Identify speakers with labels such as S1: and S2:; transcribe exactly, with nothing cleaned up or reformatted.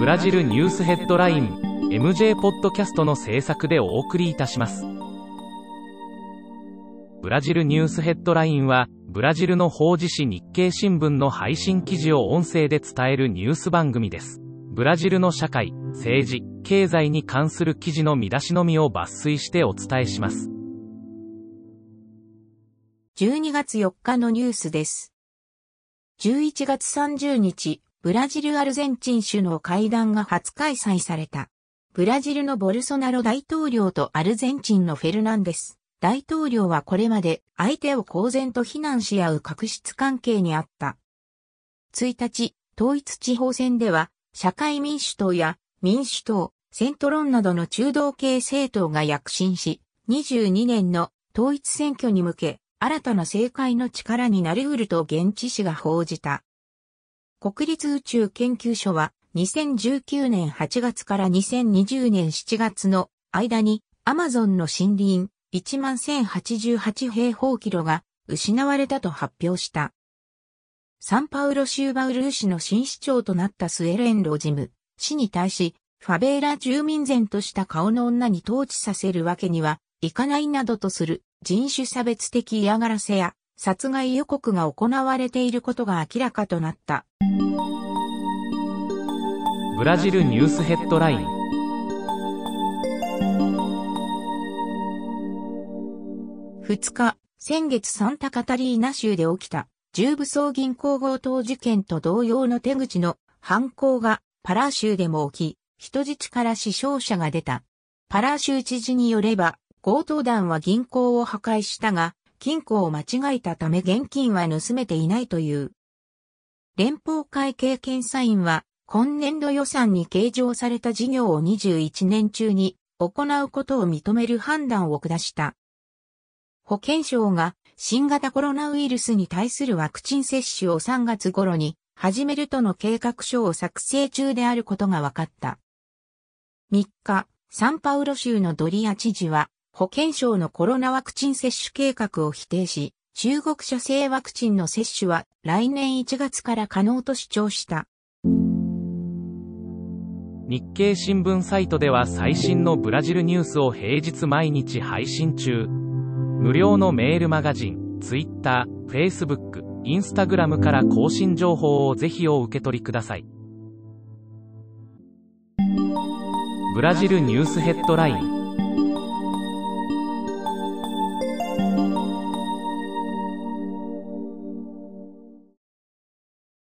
S1: ブラジルニュースヘッドライン エムジェー ポッドキャストの制作でお送りいたします。ブラジルニュースヘッドラインは、ブラジルの法事紙日経新聞の配信記事を音声で伝えるニュース番組です。ブラジルの社会、政治、経済に関する記事の見出しのみを抜粋してお伝えします。
S2: じゅうにがつよっかのニュースです。じゅういちがつさんじゅうにち、ブラジル・アルゼンチン首脳会談が初開催された。ブラジルのボルソナロ大統領とアルゼンチンのフェルナンデス大統領はこれまで相手を公然と非難し合う確執関係にあった。いちにち、統一地方選では、社会民主党や民主党、セントロンなどの中道系政党が躍進し、にじゅうにねんの統一選挙に向け、新たな政界の力になり得ると現地紙が報じた。国立宇宙研究所はにせんじゅうきゅうねんはちがつからにせんにじゅうねんしちがつの間にアマゾンの森林いちまんせんはちじゅうはちへいほうキロが失われたと発表した。サンパウロ州バウルー市の新市長となったスエレンロジム氏に対し、ファベーラ住民然とした顔の女に統治させるわけにはいかないなどとする人種差別的嫌がらせや殺害予告が行われていることが明らかとなった。
S1: ブラジルニュースヘッドライン。
S2: ふつか、先月サンタカタリーナ州で起きた重武装銀行強盗事件と同様の手口の犯行がパラー州でも起き、人質から死傷者が出た。パラー州知事によれば、強盗団は銀行を破壊したが、金庫を間違えたため現金は盗めていないという。連邦会計検査院は、今年度予算に計上された事業をにじゅういちねんちゅうに行うことを認める判断を下した。保健省が新型コロナウイルスに対するワクチン接種をさんがつ頃に始めるとの計画書を作成中であることが分かった。みっか、サンパウロ州のドリア知事は保健省のコロナワクチン接種計画を否定し、中国社製ワクチンの接種は来年いちがつから可能と主張した。
S1: 日経新聞サイトでは最新のブラジルニュースを平日毎日配信中。無料のメールマガジン、Twitter、Facebook、Instagram から更新情報をぜひお受け取りください。ブラジルニュースヘッドライン。